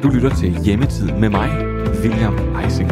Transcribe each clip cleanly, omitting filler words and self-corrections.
Du lytter til Hjemmetid med mig, William Eising.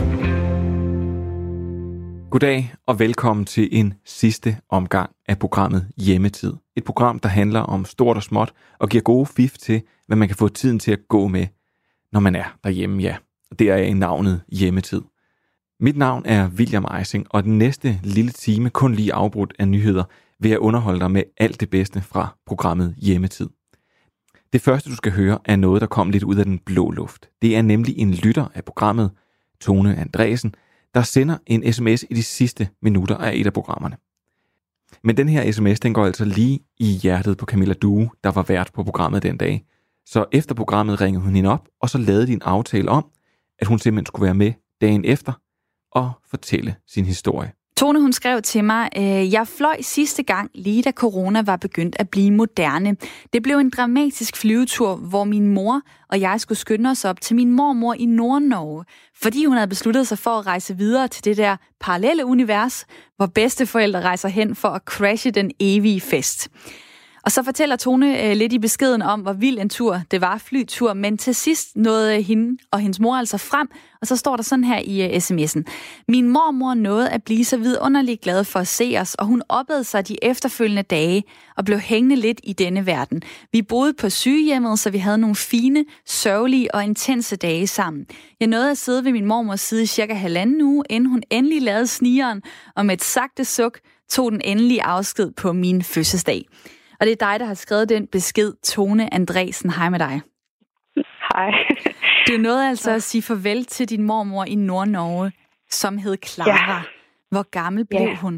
Goddag og velkommen til en sidste omgang af programmet Hjemmetid. Et program, der handler om stort og småt og giver gode fif til, hvad man kan få tiden til at gå med, når man er derhjemme, ja. Det er i navnet Hjemmetid. Mit navn er William Eising, og den næste lille time, kun lige afbrudt af nyheder, vil jeg underholde dig med alt det bedste fra programmet Hjemmetid. Det første, du skal høre, er noget, der kom lidt ud af den blå luft. Det er nemlig en lytter af programmet, Tone Andresen, der sender en sms i de sidste minutter af et af programmerne. Men den her sms, den går altså lige i hjertet på Camilla Due, der var vært på programmet den dag. Så efter programmet ringede hun hende op, og så lavede de en aftale om, at hun simpelthen skulle være med dagen efter og fortælle sin historie. Tone, hun skrev til mig, jeg fløj sidste gang, lige da corona var begyndt at blive moderne. Det blev en dramatisk flyvetur, hvor min mor og jeg skulle skynde os op til min mormor i Nord-Norge, fordi hun havde besluttet sig for at rejse videre til det der parallelle univers, hvor bedsteforældre rejser hen for at crashe den evige fest. Og så fortæller Tone lidt i beskeden om, hvor vild en tur det var, flytur, men til sidst nåede hende og hendes mor altså frem, og så står der sådan her i sms'en. Min mormor nåede at blive så vidunderligt glad for at se os, og hun oppede sig de efterfølgende dage og blev hængende lidt i denne verden. Vi boede på sygehjemmet, så vi havde nogle fine, sørgelige og intense dage sammen. Jeg nåede at sidde ved min mormors side i cirka 1,5 uge, inden hun endelig lavede snigeren, og med et sagte suk tog den endelige afsked på min fødselsdag. Og det er dig, der har skrevet den besked, Tone Andresen. Hej med dig. Hej. Du nåede altså at sige farvel til din mormor i Nord-Norge, som hed Clara. Ja. Hvor gammel blev hun?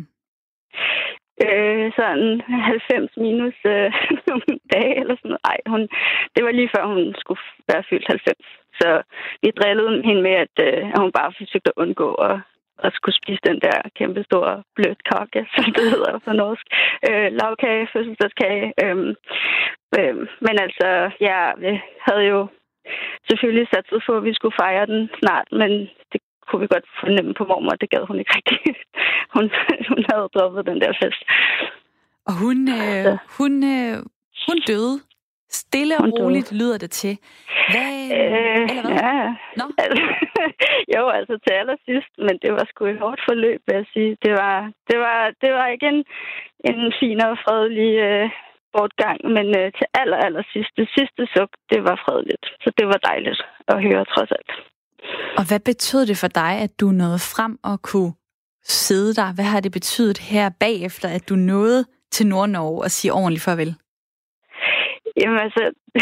Sådan 90 minus nogle dage eller sådan noget. Ej, det var lige før hun skulle være fyldt 90. Så vi drillede hende med, at hun bare forsøgte at undgå at skulle spise den der kæmpe store blødt kage, som det hedder på norsk. Lavkage, fødselsdagskage. Men altså, ja, vi havde jo selvfølgelig satset på, at vi skulle fejre den snart, men det kunne vi godt fornemme på mormor, det gad hun ikke rigtigt. Hun havde droppet den der fest. Og hun døde. Stille og roligt lyder det til. Eller hvad? Ja. No? Jo, altså til allersidst, men det var sgu et hårdt forløb, vil jeg sige. Det var ikke en fin og fredelig bortgang, men til allersidst, det sidste suk, det var fredeligt. Så det var dejligt at høre, trods alt. Og hvad betød det for dig, at du nåede frem og kunne sidde der? Hvad har det betydet her bagefter, at du nåede til Nord-Norge og sige ordentligt farvel? Jamen altså,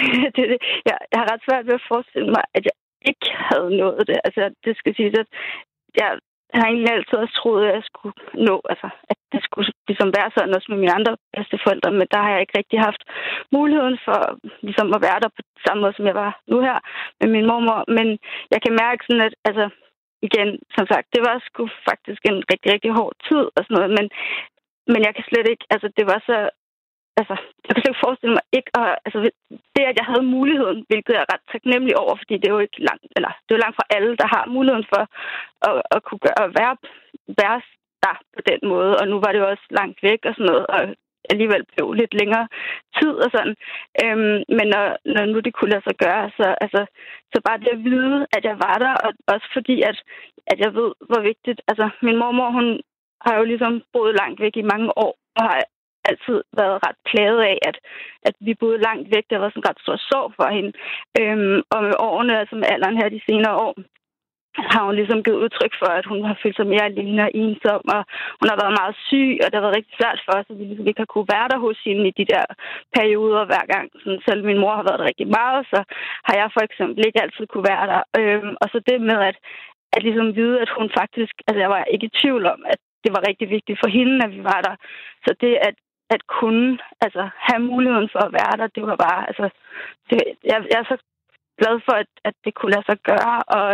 jeg har ret svært ved at forestille mig, at jeg ikke havde nået det. Altså, det skal siges, at jeg har egentlig altid også troet, at jeg skulle nå, altså, at det skulle ligesom være sådan også med mine andre bedsteforældre, men der har jeg ikke rigtig haft muligheden for ligesom at være der på samme måde, som jeg var nu her med min mormor. Men jeg kan mærke sådan, at altså, igen, som sagt, det var sgu faktisk en rigtig, rigtig hård tid og sådan noget, men jeg kan slet ikke, altså det var så. Altså, jeg kan slet ikke forestille mig ikke at, altså, det, at jeg havde muligheden, hvilket jeg er ret taknemmelig over, fordi det er jo ikke langt, eller det er jo langt fra alle, der har muligheden for at kunne være der på den måde, og nu var det jo også langt væk og sådan noget, og alligevel blev lidt længere tid og sådan. Men når nu det kunne lade sig gøre, så bare det at vide, at jeg var der, og også fordi, at jeg ved, hvor vigtigt, altså min mormor, hun har jo ligesom boet langt væk i mange år, og har altid været ret plaget af, at vi boede langt væk. Der var sådan ret stor sorg for hende. Og med årene, altså med alderen her de senere år, har hun ligesom givet udtryk for, at hun har følt sig mere alene og ensom, og hun har været meget syg, og det har været rigtig svært for os, at vi ligesom ikke har kunne være der hos hende i de der perioder hver gang. Sådan, selv min mor har været der rigtig meget, så har jeg for eksempel ikke altid kunne være der. Og så det med at ligesom vide, at hun faktisk, altså jeg var ikke i tvivl om, at det var rigtig vigtigt for hende, at vi var der. Så det at kunne altså have muligheden for at være der, det var bare, altså jeg er så glad for, at det kunne lade sig gøre, og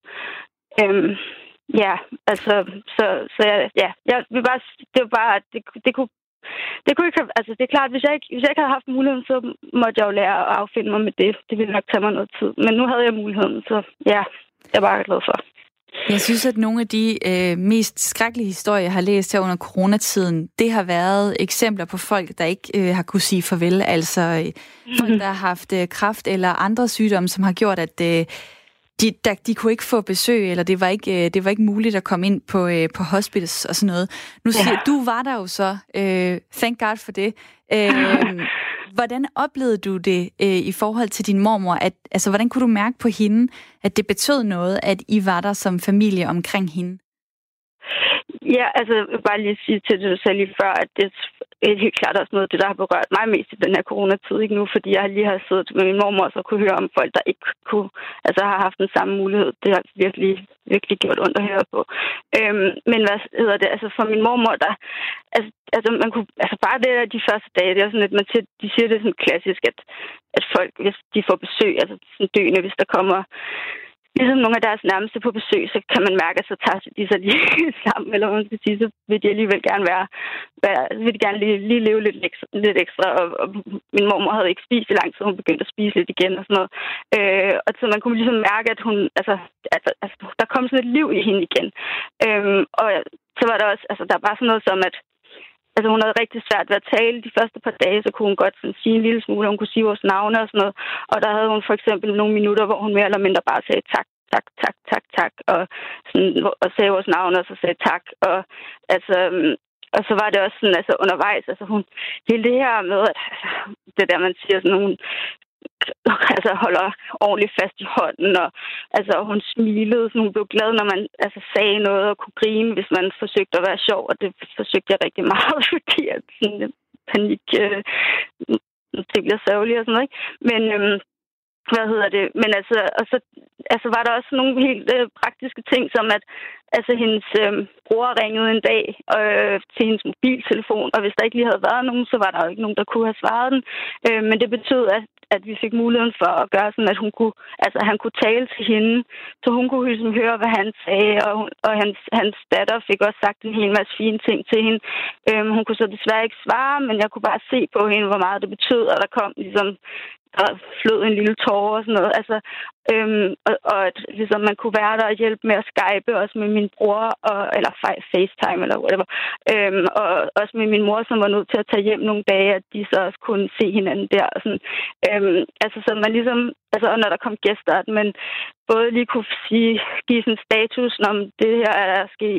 ja, altså så jeg vil bare, det var bare, det kunne ikke have, altså det er klart, hvis jeg ikke havde haft muligheden, så måtte jeg jo lære at affinde mig med det. Det ville nok tage mig noget tid, men nu havde jeg muligheden, så ja, jeg er bare glad for. Jeg synes, at nogle af de mest skrækkelige historier, jeg har læst her under coronatiden, det har været eksempler på folk, der ikke har kunne sige farvel. Altså folk, der har haft kræft eller andre sygdomme, som har gjort, at De kunne ikke få besøg, eller det var ikke muligt at komme ind på hospice og sådan noget. Nu siger du var der jo så. Thank God for det. Hvordan oplevede du det i forhold til din mormor? Hvordan kunne du mærke på hende, at det betød noget, at I var der som familie omkring hende? Ja, altså bare lige sige til det, du sagde lige før, at det er helt klart også noget af det, der har berørt mig mest i den her coronatid, ikke nu, fordi jeg lige har siddet med min mormor og kunne høre om folk, der ikke kunne, altså har haft den samme mulighed. Det har virkelig, virkelig gjort ondt at høre på. Men hvad hedder det, altså for min mormor, der, altså man kunne, altså bare det de første dage, det er sådan lidt, de siger det sådan klassisk, at folk, hvis de får besøg, altså sådan døende, hvis der kommer ligesom nogle af deres nærmeste på besøg, så kan man mærke, at så tager de sig lige sammen, eller hvad man skal sige, så vil de alligevel gerne vil de gerne lige leve lidt ekstra, og min mormor havde ikke spist i lang tid, hun begyndte at spise lidt igen og sådan noget. Og så man kunne ligesom mærke, at hun, altså der kom sådan et liv i hende igen. Og så var der også, altså der var sådan noget som, at altså hun havde rigtig svært ved at tale de første par dage, så kunne hun godt sådan sige en lille smule, hun kunne sige vores navne og sådan noget. Og der havde hun for eksempel nogle minutter, hvor hun mere eller mindre bare sagde tak, tak, tak, tak, tak, og sagde vores navne, og så sagde tak. Og altså, og så var det også sådan, altså undervejs, altså hun, hele det her med, at altså, det der, man siger sådan nogle, altså holder ordentligt fast i hånden, og altså hun smilede, så hun blev glad, når man altså sagde noget og kunne grine, hvis man forsøgte at være sjov, og det forsøgte jeg rigtig meget, fordi at sådan panik, det bliver sørgeligt og sådan noget, ikke? Men hvad hedder det? Men altså, og så var der også nogle helt praktiske ting, som at altså hendes bror ringede en dag til hendes mobiltelefon, og hvis der ikke lige havde været nogen, så var der jo ikke nogen, der kunne have svaret den. Men det betød, at vi fik muligheden for at gøre sådan, at han kunne tale til hende, så hun kunne ligesom høre, hvad han sagde, og hans datter fik også sagt en hel masse fine ting til hende. Hun kunne så desværre ikke svare, men jeg kunne bare se på hende, hvor meget det betød, og der kom ligesom der flød en lille tåre og sådan noget. Altså, og at ligesom man kunne være der og hjælpe med at Skype, også med min bror, eller FaceTime, eller whatever. Og også med min mor, som var nødt til at tage hjem nogle dage, at de så også kunne se hinanden der. Og sådan. Altså, så man ligesom, altså, og når der kom gæster, at man både lige kunne give sådan status, om det her er der sket,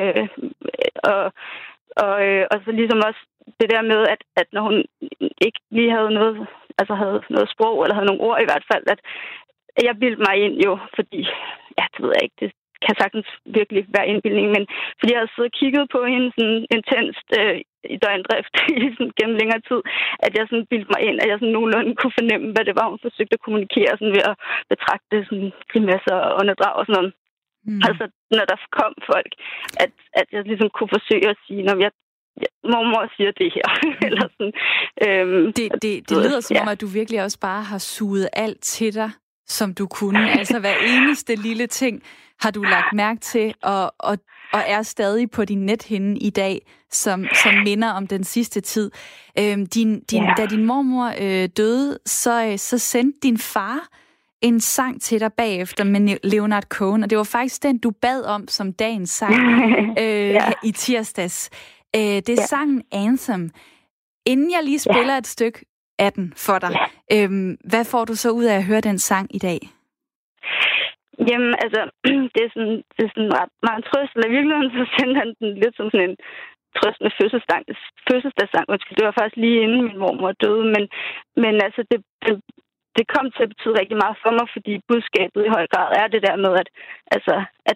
og så ligesom også det der med, at når hun ikke lige havde noget, altså havde noget sprog, eller havde nogle ord i hvert fald, at jeg bildte mig ind jo, fordi, ja, det ved jeg ikke, det kan sagtens virkelig være indbildning, men fordi jeg havde siddet og kigget på hende sådan intenst i døgndrift gennem længere tid, at jeg sådan bildte mig ind, at jeg sådan nogenlunde kunne fornemme, hvad det var, hun forsøgte at kommunikere sådan ved at betragte sådan grimasser og åndedrag og sådan noget. Altså, når der kom folk, at jeg ligesom kunne forsøge at sige, når jeg mormor siger det her. Eller sådan. Det lyder som om, at du virkelig også bare har suget alt til dig, som du kunne. Altså hver eneste lille ting har du lagt mærke til, og er stadig på din nethinde i dag, som minder om den sidste tid. Da din mormor døde, så sendte din far en sang til dig bagefter med Leonard Cohen, og det var faktisk den, du bad om som dagens sang i tirsdags. Det er sangen Anthem. Inden jeg lige spiller et stykke af den for dig, hvad får du så ud af at høre den sang i dag? Jamen, altså, det er sådan ret meget trøst, eller i virkeligheden så sendte han den lidt som sådan en trøstende fødselsdagssang. Det var faktisk lige inden min mormor døde, men altså, det kom til at betyde rigtig meget for mig, fordi budskabet i høj grad er det der med, at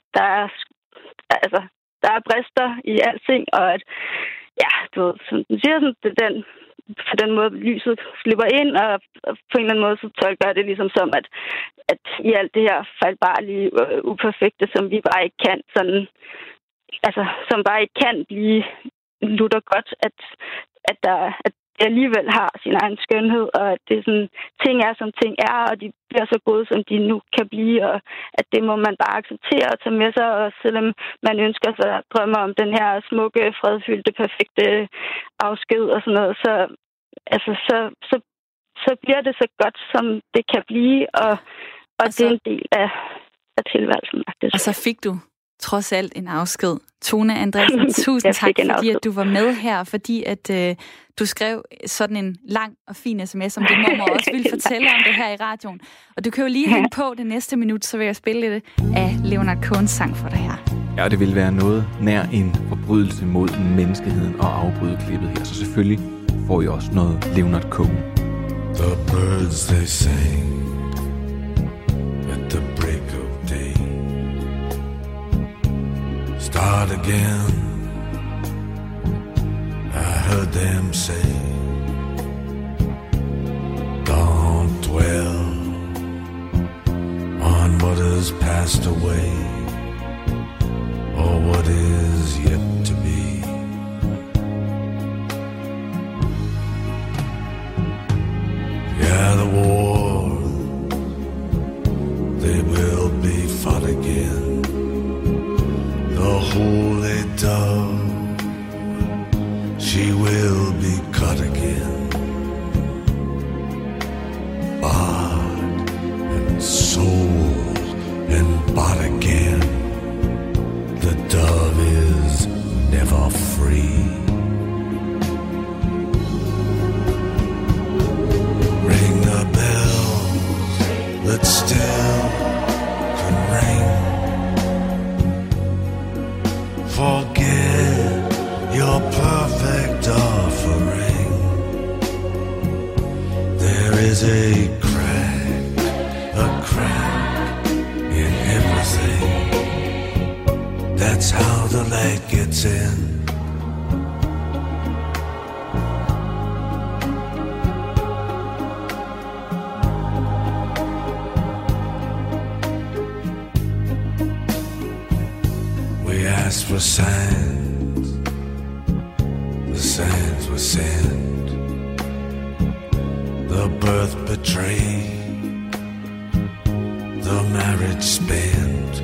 der er brister i alting, og at, ja, du ved, som den siger, sådan, på den måde lyset slipper ind, og på en eller anden måde så tolker jeg det ligesom som, at i alt det her fejlbarlige uperfekte, som vi bare ikke kan, sådan, altså, som bare ikke kan blive lutter godt, at det alligevel har sin egen skønhed, og at det sådan, ting er, som ting er, og de bliver så gode, som de nu kan blive, og at det må man bare acceptere og tage med sig, og selvom man ønsker sig at drømme om den her smukke, fredfyldte, perfekte afsked og sådan noget, så bliver det så godt, som det kan blive, og det er en del af tilværelsen. Og så fik du trods alt en afsked. Tone Andreasen, tusind tak, fordi at du var med her, fordi at du skrev sådan en lang og fin sms, som din mormor også ville fortælle om det her i radioen. Og du kan jo lige hænge på det næste minut, så vil jeg spille lidt af Leonard Cohens sang for dig her. Ja, det vil være noget nær en forbrydelse mod menneskeheden at afbryde klippet her, så selvfølgelig får I også noget Leonard Cohen. The birds they sing at the break of day. Start again, I heard them say. Don't dwell on what has passed away, or what is yet to be. Yeah, the war, they will be fought again. The holy dove, she will be cut again. Bought and sold and bought again. The dove is never free. Ring the bells that still can ring. Forget your perfect offering. There is a crack in everything. That's how the light gets in. We asked for signs, the signs were sent. The birth betrayed, the marriage spent.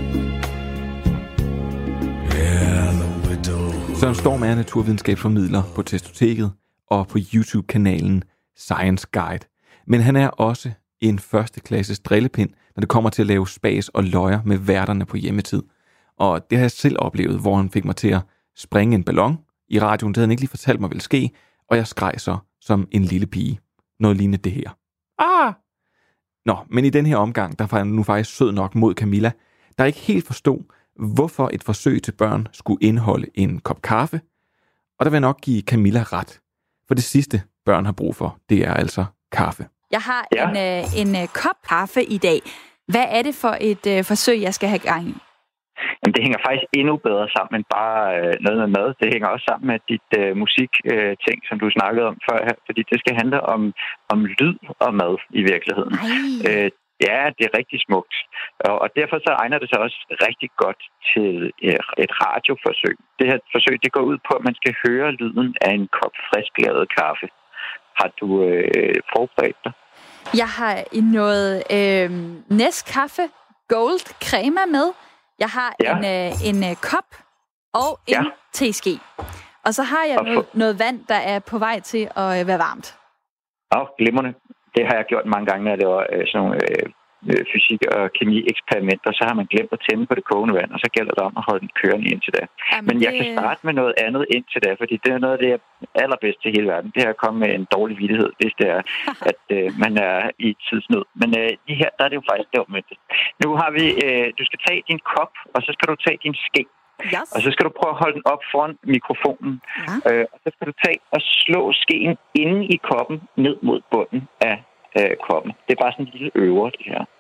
Yeah, the widow. Søren Storm er naturvidenskabsformidler på Testoteket og på YouTube-kanalen Science Guide. Men han er også en førsteklasses drillepind, når det kommer til at lave spas og løjer med værterne på hjemmetid. Og det har jeg selv oplevet, hvor han fik mig til at springe en ballon i radioen. Det havde han ikke lige fortalt mig ville ske, og jeg skreg så som en lille pige. Noget lignende det her. Nå, men i den her omgang, der var jeg nu faktisk sød nok mod Camilla, der ikke helt forstod, hvorfor et forsøg til børn skulle indeholde en kop kaffe. Og der vil jeg nok give Camilla ret. For det sidste, børn har brug for, det er altså kaffe. Jeg har en kop kaffe i dag. Hvad er det for et forsøg, jeg skal have gang i? Jamen, det hænger faktisk endnu bedre sammen end bare noget med mad. Det hænger også sammen med dit musikting, som du snakkede om før her, fordi det skal handle om lyd og mad i virkeligheden. Ja, det er rigtig smukt. Og derfor så egner det sig også rigtig godt til et radioforsøg. Det her forsøg, det går ud på, at man skal høre lyden af en kop frisk lavet kaffe. Har du forberedt dig? Jeg har noget Nescafé Gold Crema med. Jeg har en kop og en teske. Og så har jeg noget vand, der er på vej til at være varmt. Glimrende. Det har jeg gjort mange gange, når det var sådan nogle fysik- og kemi-eksperimenter. Så har man glemt at tænde på det kogende vand, og så gælder det om at holde den kørende indtil da. Men jeg kan starte med noget andet indtil da, fordi det er noget af det allerbedste i hele verden. Det er at komme med en dårlig vittighed, hvis det er, at man er i tidsnød. Men lige her, der er det jo faktisk det omvendte. Nu har vi, du skal tage din kop, og så skal du tage din ske. Yes. Og så skal du prøve at holde den op foran mikrofonen. Og så skal du tage og slå skeen inde i koppen ned mod bunden af koppen. Det er bare sådan en lille øvre, det her.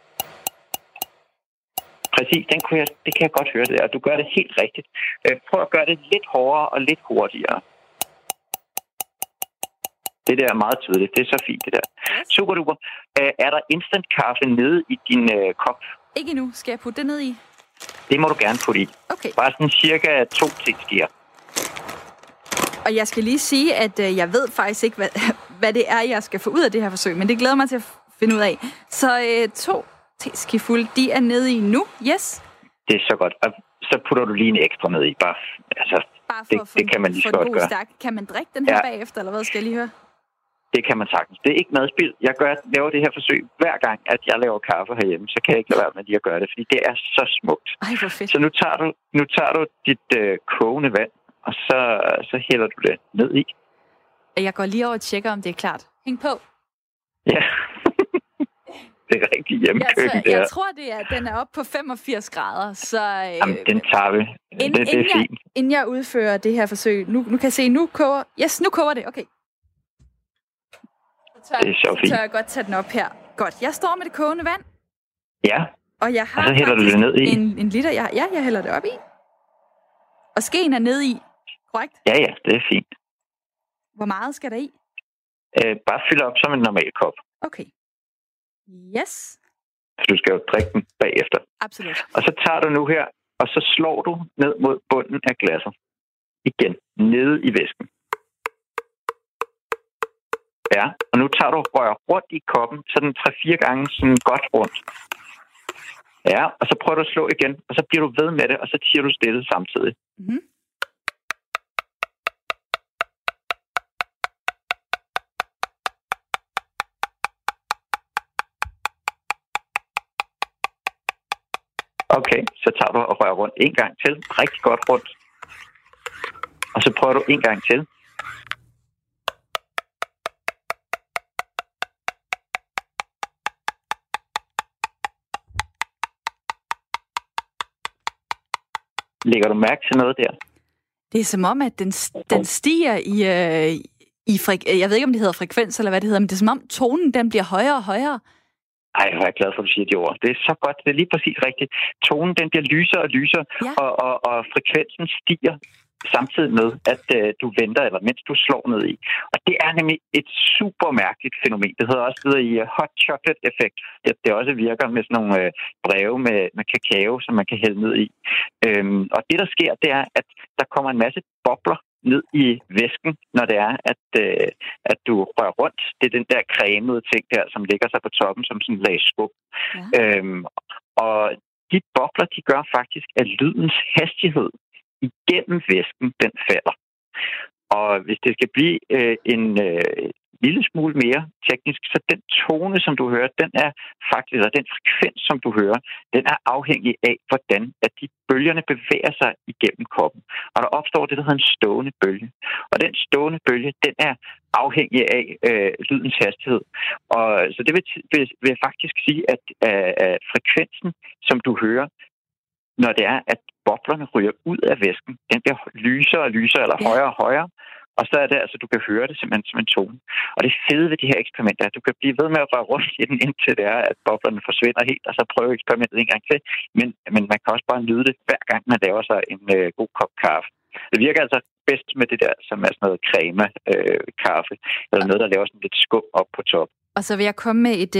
Præcis, det kan jeg godt høre det. Og du gør det helt rigtigt. Prøv at gøre det lidt hårdere og lidt hurtigere. Det der er meget tydeligt. Det er så fint, det der. Super duper. Er der instant kaffe nede i din kop? Ikke endnu. Skal jeg putte det ned i? Det må du gerne putte i. Okay. Bare sådan cirka 2 teskeer. Og jeg skal lige sige, at jeg ved faktisk ikke, hvad det er, jeg skal få ud af det her forsøg, men det glæder mig til at finde ud af. Så 2 teskefulde, de er nede i nu. Yes. Det er så godt. Og så putter du lige en ekstra ned i. Bare for det kan man lige så godt gøre. Kan man drikke den her bagefter, eller hvad skal jeg lige høre? Det kan man sagtens. Det er ikke madspild. Jeg laver det her forsøg hver gang, at jeg laver kaffe herhjemme, så kan jeg ikke lade være med lige at gøre det, fordi det er så smukt. Ej, hvor fedt. Så nu tager du dit kogende vand, og så hælder du det ned i. Jeg går lige over og tjekker, om det er klart. Hæng på. Ja. Det er rigtig hjemmekøkken, jeg tror, den er oppe på 85 grader, så... Jamen, den tager vi. Det er fint. Inden jeg udfører det her forsøg, nu kan jeg se, nu koger... Yes, nu koger det, okay. Det er så fint. Så tør jeg godt tage den op her. Godt, jeg står med det kogende vand. Ja, og jeg har og så hælder du det ned i. En liter, jeg hælder det op i. Og skeen er ned i, korrekt? Ja, det er fint. Hvor meget skal der i? Bare fylde op som en normal kop. Okay. Yes. Så du skal jo drikke den bagefter. Absolut. Og så tager du nu her, og så slår du ned mod bunden af glasset. Igen, nede i væsken. Ja, og nu tager du og rører rundt i koppen, sådan 3-4 gange sådan godt rundt. Ja, og så prøver du at slå igen, og så bliver du ved med det, og så tiger du stille samtidig. Mhm. Okay, så tager du og rører rundt en gang til. Rigtig godt rundt. Og så prøver du en gang til. Lægger du mærke til noget der? Det er som om, at den stiger i jeg ved ikke, om det hedder frekvens, eller hvad det hedder, men det er som om, tonen den bliver højere og højere. Ej, hvor er jeg glad for, at du siger de ord. Det er så godt. Det er lige præcis rigtigt. Tonen, den bliver lysere og lysere, ja. og frekvensen stiger samtidig med, at du venter, eller mens du slår ned i. Og det er nemlig et super mærkeligt fænomen. Det hedder også i hot chocolate effekt. Det også virker med sådan nogle breve med kakao, som man kan hælde ned i. Og det, der sker, det er, at der kommer en masse bobler ned i væsken, når det er, at du rører rundt. Det er den der cremede ting der, som ligger sig på toppen som sådan en lag skub. Ja. Og de bobler, de gør faktisk, at lydens hastighed igennem væsken, den falder. Og hvis det skal blive en lille smule mere teknisk, så den tone, som du hører, den er faktisk, eller den frekvens, som du hører, den er afhængig af, hvordan at de bølgerne bevæger sig igennem koppen. Og der opstår det, der hedder en stående bølge. Og den stående bølge, den er afhængig af lydens hastighed. Og så det vil faktisk sige, at frekvensen, som du hører, når det er, at boblerne ryger ud af væsken, den bliver lysere og lysere, eller højere og højere. Og så er det altså, du kan høre det simpelthen som en tone. Og det fede ved de her eksperimenter er, at du kan blive ved med at røre rundt i den, indtil det er, at boblerne forsvinder helt, og så prøve eksperimentet en gang til. Men man kan også bare nyde det, hver gang man laver sig en god kop kaffe. Det virker altså bedst med det der, som er sådan noget creme kaffe, eller noget, der laver sådan lidt skum op på top. Og så vil jeg komme med et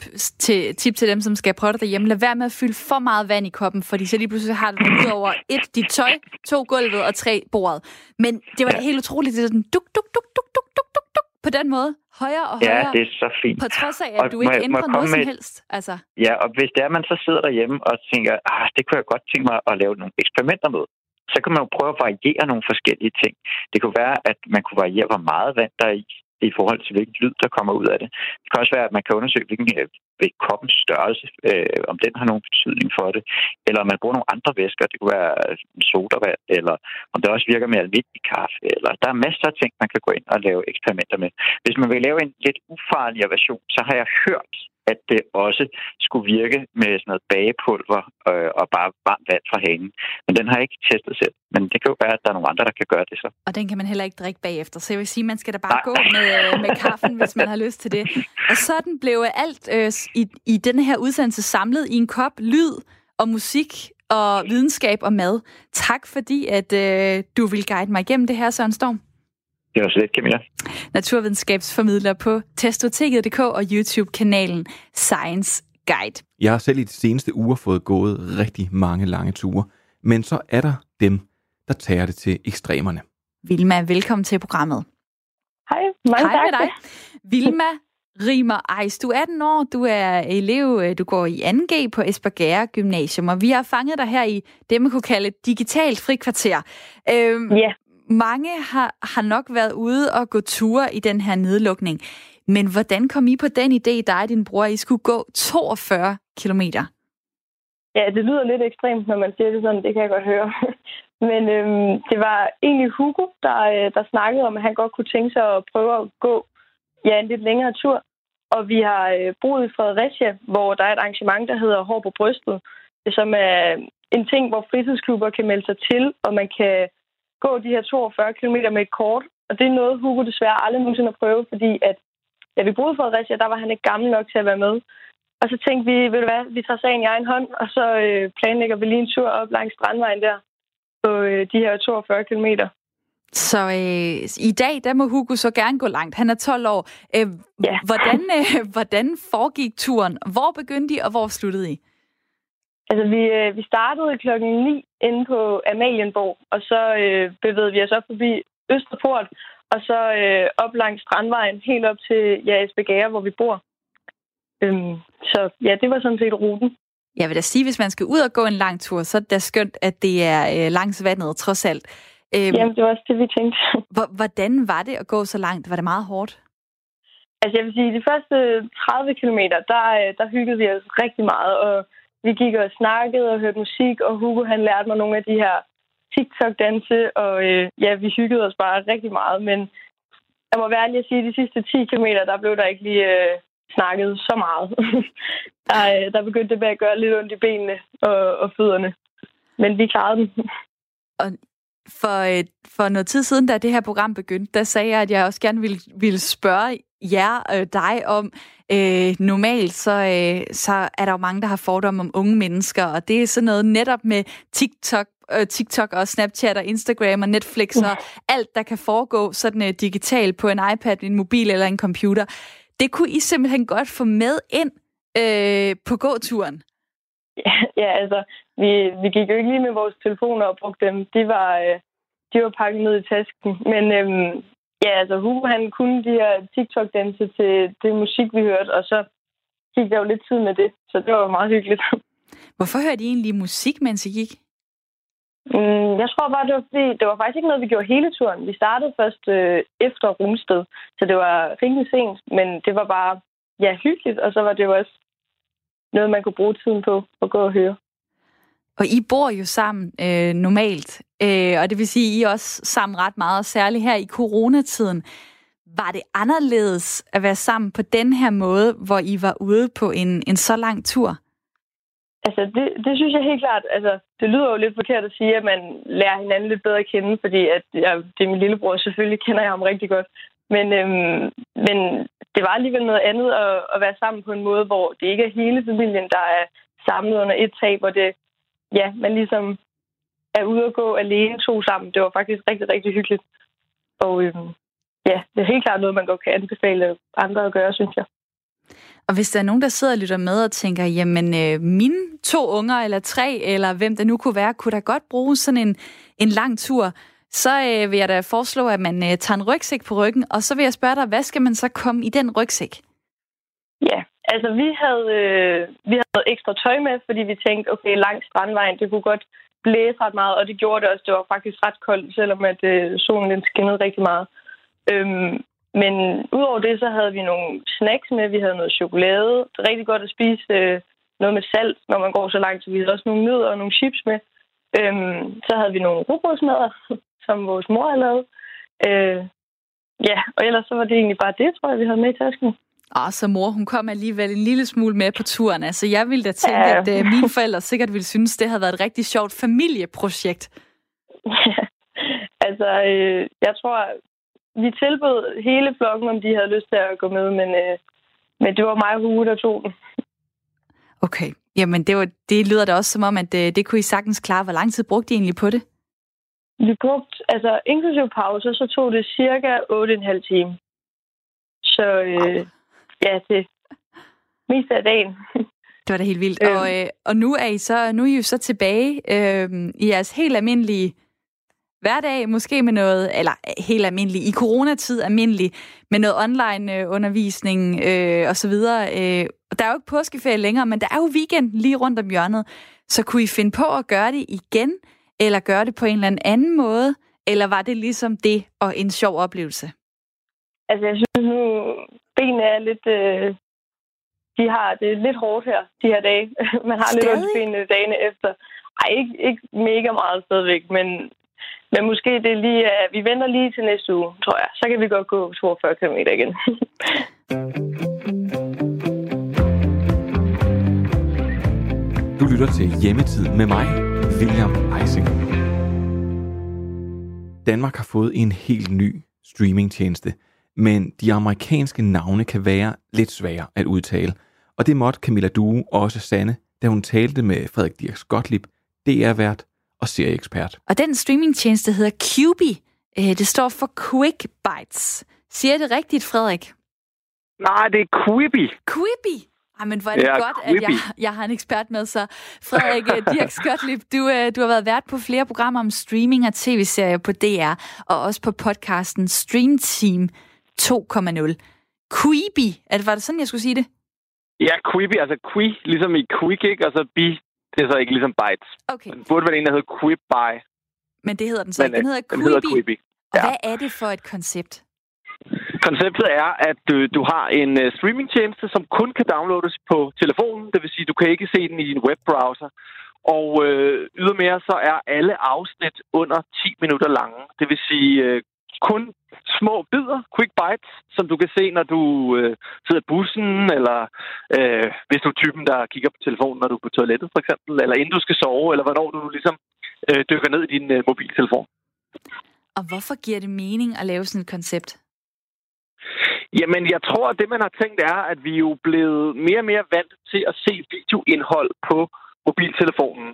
tip til dem, som skal prøve det derhjemme. Lad være med at fylde for meget vand i koppen, fordi så lige pludselig har du det ud over 1, dit tøj, 2, gulvet og 3, bordet. Men det var da helt utroligt, det er sådan duk, duk, duk, duk, duk, duk, duk, duk, på den måde. Højere og højere. Ja, det er så fint. På trods af, at du ikke ændrer noget som helst. Altså. Ja, og hvis det er, man så sidder derhjemme og tænker, det kunne jeg godt tænke mig at lave nogle eksperimenter med, så kan man jo prøve at variere nogle forskellige ting. Det kunne være, at man kunne variere, hvor meget vand der er i forhold til hvilken lyd, der kommer ud af det. Det kan også være, at man kan undersøge, hvilken koppens størrelse, om den har nogen betydning for det, eller om man bruger nogle andre væsker. Det kunne være sodavand, eller om det også virker med almindelig kaffe. Eller der er masser af ting, man kan gå ind og lave eksperimenter med. Hvis man vil lave en lidt ufarligere version, så har jeg hørt, at det også skulle virke med sådan noget bagepulver og bare varmt vand fra hanen. Men den har jeg ikke testet selv. Men det kan jo være, at der er nogle andre, der kan gøre det så. Og den kan man heller ikke drikke bagefter. Så jeg vil sige, at man skal da bare gå med kaffen, hvis man har lyst til det. Og sådan blev alt i denne her udsendelse samlet i en kop lyd og musik og videnskab og mad. Tak fordi, at du vil guide mig igennem det her, Søren Storm. Det var så lidt, Camilla. Naturvidenskabsformidler på Testotekket.dk og YouTube-kanalen Science Guide. Jeg har selv i de seneste uger fået gået rigtig mange lange ture, men så er der dem, der tager det til ekstremerne. Vilma, velkommen til programmet. Hej, mange tak. Hej med dig. Vilma Rimer Eis, du er 18 år, du er elev, du går i 2G på Espergærde Gymnasium, og vi har fanget dig her i det, man kunne kalde et digitalt frikvarter. Ja. mange har nok været ude og gå ture i den her nedlukning. Men hvordan kom I på den idé, dig og din bror, at I skulle gå 42 kilometer? Ja, det lyder lidt ekstremt, når man siger det sådan. Det kan jeg godt høre. Men det var egentlig Hugo, der snakkede om, at han godt kunne tænke sig at prøve at gå en lidt længere tur. Og vi har boet i Fredericia, hvor der er et arrangement, der hedder Hår på brystet, som er en ting, hvor fritidsklubber kan melde sig til, og man kan gå de her 42 km med et kort. Og det er noget, Hugo desværre aldrig nogensinde har prøvet, fordi at da vi boede i Fredericia, der var han ikke gammel nok til at være med. Og så tænkte vi, ved du hvad, vi tager sagen i egen hånd, og så planlægger vi lige en tur op langs Strandvejen der på de her 42 kilometer. Så i dag, der må Hugo så gerne gå langt. Han er 12 år. Ja. Hvordan foregik turen? Hvor begyndte I, og hvor sluttede I? Altså, vi startede 9:00 inde på Amalienborg, og så bevægede vi os op forbi Østerport, og så op langs Strandvejen, helt op til Esbjerg, hvor vi bor. Så ja, det var sådan set ruten. Jeg vil da sige, hvis man skal ud og gå en lang tur, så er det da skønt, at det er langs vandet, trods alt. Jamen, det var også det, vi tænkte. Hvordan var det at gå så langt? Var det meget hårdt? Altså, jeg vil sige, de første 30 kilometer, der hyggede vi os rigtig meget, og vi gik og snakkede og hørte musik, og Hugo, han lærte mig nogle af de her TikTok-danse, og vi hyggede os bare rigtig meget, men jeg må være ærlig at sige, at de sidste 10 kilometer, der blev der ikke lige snakket så meget. der begyndte det med at gøre lidt ondt i benene og fødderne, men vi klarede dem. Og for noget tid siden, da det her program begyndte, der sagde jeg, at jeg også gerne ville spørge dig om, normalt så er der jo mange, der har fordomme om unge mennesker, og det er sådan noget netop med TikTok og Snapchat og Instagram og Netflix og alt, der kan foregå sådan digitalt på en iPad, en mobil eller en computer. Det kunne I simpelthen godt få med ind på gåturen. Ja, altså, vi gik jo ikke lige med vores telefoner og brugte dem. De var pakket ned i tasken. Men altså, Hugo, han kunne de her TikTok-danse til det musik, vi hørte, og så gik der jo lidt tid med det. Så det var meget hyggeligt. Hvorfor hørte I egentlig musik, mens I gik? Jeg tror bare, det var fordi, det var faktisk ikke noget, vi gjorde hele turen. Vi startede først efter Rungsted, så det var rimelig sent, men det var bare, hyggeligt, og så var det jo også noget, man kunne bruge tiden på at gå og høre. Og I bor jo sammen normalt, og det vil sige, at I er også sammen ret meget, særligt her i coronatiden. Var det anderledes at være sammen på den her måde, hvor I var ude på en så lang tur? Altså, det synes jeg helt klart. Altså, det lyder jo lidt forkert at sige, at man lærer hinanden lidt bedre at kende, fordi at det er min lillebror, selvfølgelig kender jeg ham rigtig godt. Men det var alligevel noget andet at være sammen på en måde, hvor det ikke er hele familien, der er samlet under et tag, hvor det, man ligesom er ude at gå alene to sammen. Det var faktisk rigtig, rigtig hyggeligt. Og det er helt klart noget, man godt kan anbefale andre at gøre, synes jeg. Og hvis der er nogen, der sidder og lytter med og tænker, jamen mine 2 unger eller 3, eller hvem det nu kunne være, kunne da godt bruge sådan en lang tur, så vil jeg da foreslå, at man tager en rygsæk på ryggen, og så vil jeg spørge dig, hvad skal man så komme i den rygsæk? Ja, altså vi havde ekstra tøj med, fordi vi tænkte, okay, langs Strandvejen, det kunne godt blæse ret meget, og det gjorde det også. Det var faktisk ret koldt, selvom at solen den skinnede rigtig meget. Men udover det, så havde vi nogle snacks med. Vi havde noget chokolade. Det er rigtig godt at spise noget med salt, når man går så langt. Så vi havde også nogle nødder og nogle chips med. Så havde vi nogle rugbrødsmadder, som vores mor havde lavet. Og ellers så var det egentlig bare det, tror jeg, vi havde med i tasken. Så mor, hun kom alligevel en lille smule med på turen. Altså, jeg ville da tænke, at mine forældre sikkert ville synes, det havde været et rigtig sjovt familieprojekt. Ja, altså, jeg tror, vi tilbød hele flokken, om de havde lyst til at gå med, men det var mig og Hugo, der tog den. Okay, jamen det lyder da også som om, at det kunne I sagtens klare. Hvor lang tid brugte I egentlig på det? Vi brugte, altså inklusive pauser, så tog det cirka 8,5 timer. Så det meste af dagen. Det var da helt vildt. Og nu er I jo så tilbage i jeres helt almindelige hverdag, måske med noget, eller helt almindelig, i coronatid almindelig, med noget online undervisning og så videre. Der er jo ikke påskeferie længere, men der er jo weekend lige rundt om hjørnet. Så kunne I finde på at gøre det igen, eller gøre det på en eller anden måde, eller var det ligesom det og en sjov oplevelse? Altså, jeg synes nu, benene er lidt... det er lidt hårdt her, de her dage. Man har lidt ondt i benene dagene efter. Ej, ikke mega meget stadigvæk, men måske det er lige... vi venter lige til næste uge, tror jeg. Så kan vi godt gå 42 km igen. Du lytter til Hjemmetid med mig, William Eising. Danmark har fået en helt ny streamingtjeneste, men de amerikanske navne kan være lidt svære at udtale. Og det måtte Camilla Due også sande, da hun talte med Frederik Dirks Gottlieb, DR-vært og serieekspert. Og den streamingtjeneste hedder Quibi. Det står for Quick Bites. Siger det rigtigt, Frederik? Nej, det er Quibi. Quibi? Ej, men hvor er det godt, at jeg har en ekspert med, så Frederik Dirks Gottlieb, du har været vært på flere programmer om streaming og tv-serier på DR, og også på podcasten Stream Team 2.0. Quibi, var det sådan, jeg skulle sige det? Ja, Quibi, altså ligesom i quick, ikke? Og så bi, det er så ikke ligesom bites. Okay. Den burde være en, der hedder Quibby. Men det hedder den så ikke. Den hedder Quibi. Og hvad er det for et koncept? Konceptet er, at du har en streamingtjeneste, som kun kan downloades på telefonen. Det vil sige, du kan ikke se den i din webbrowser. Og ydermere så er alle afsnit under 10 minutter lange. Det vil sige kun små bidder, quick bites, som du kan se, når du sidder i bussen, eller hvis du er typen, der kigger på telefonen, når du er på toilettet for eksempel, eller inden du skal sove, eller hvornår du ligesom dykker ned i din mobiltelefon. Og hvorfor giver det mening at lave sådan et koncept? Jamen, jeg tror, at det, man har tænkt, er, at vi er jo blevet mere og mere vant til at se videoindhold på mobiltelefonen.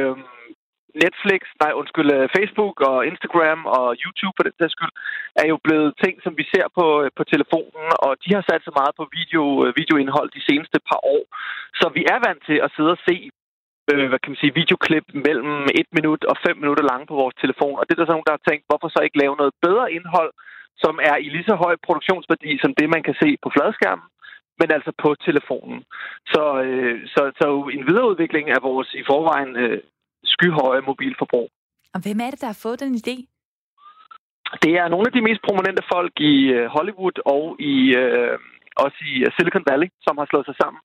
Facebook og Instagram og YouTube for den sags skyld, er jo blevet ting, som vi ser på telefonen, og de har sat så meget på videoindhold de seneste par år. Så vi er vant til at sidde og se videoklip mellem 1 minut og 5 minutter lange på vores telefon. Og det er der så nogen, der har tænkt, hvorfor så ikke lave noget bedre indhold, som er i lige så høj produktionsværdi som det, man kan se på fladskærmen, men altså på telefonen. Så en videreudvikling af vores i forvejen skyhøje mobilforbrug. Og hvem er det, der har fået den idé? Det er nogle af de mest prominente folk i Hollywood og også i Silicon Valley, som har slået sig sammen.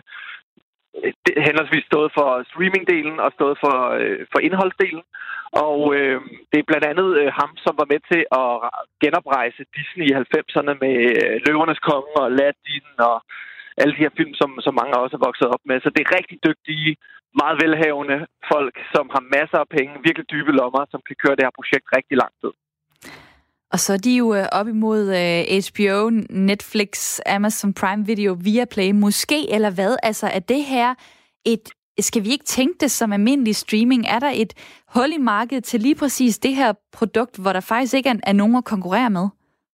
Det henholdsvis stået for streamingdelen og stået for indholdsdelen. Og det er blandt andet ham, som var med til at genoprejse Disney i 90'erne med Løvernes Konge og Aladdin og alle de her film, som mange af os er vokset op med. Så det er rigtig dygtige, meget velhavende folk, som har masser af penge, virkelig dybe lommer, som kan køre det her projekt rigtig lang tid. Og så er de jo op imod HBO, Netflix, Amazon Prime Video, Viaplay, måske, eller hvad? Altså, er det her skal vi ikke tænke det som almindelig streaming? Er der et hul i markedet til lige præcis det her produkt, hvor der faktisk ikke er nogen at konkurrere med?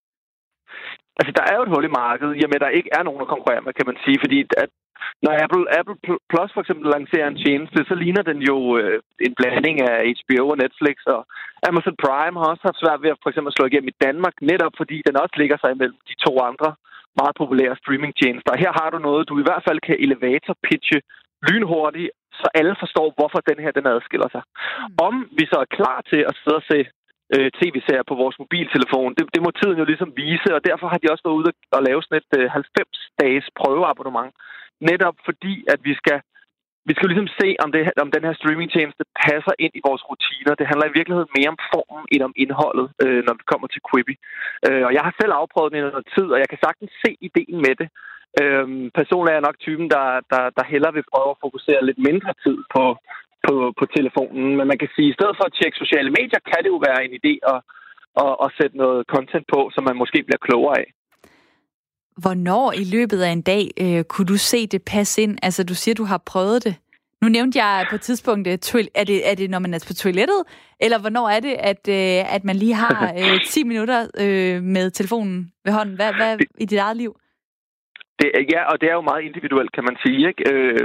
Altså, der er jo et hul i markedet, jamen der ikke er nogen at konkurrere med, kan man sige, fordi at når Apple Plus for eksempel lancerer en tjeneste, så ligner den jo en blanding af HBO og Netflix, og Amazon Prime har også haft svært ved at for eksempel slå igennem i Danmark, netop fordi den også ligger sig imellem de 2 andre meget populære streamingtjenester. Her har du noget, du i hvert fald kan elevator-pitche lynhurtigt, så alle forstår, hvorfor den her den adskiller sig. Om vi så er klar til at sidde og se tv-serier på vores mobiltelefon, det må tiden jo ligesom vise, og derfor har de også været ude og lave sådan et 90-dages prøveabonnement. Netop fordi, at vi skal ligesom se, om den her streamingtjeneste passer ind i vores rutiner. Det handler i virkeligheden mere om formen end om indholdet, når vi kommer til Quibi. Og jeg har selv afprøvet den i noget tid, og jeg kan sagtens se ideen med det. Personligt er jeg nok typen, der hellere vil prøve at fokusere lidt mindre tid på telefonen. Men man kan sige, at i stedet for at tjekke sociale medier, kan det jo være en idé at sætte noget content på, som man måske bliver klogere af. Hvornår i løbet af en dag kunne du se det passe ind? Altså, du siger, du har prøvet det. Nu nævnte jeg på et tidspunkt, er det når man er på toilettet? Eller hvornår er det, at man lige har 10 minutter med telefonen ved hånden? Hvad i dit eget liv? Ja, og det er jo meget individuelt, kan man sige, ikke?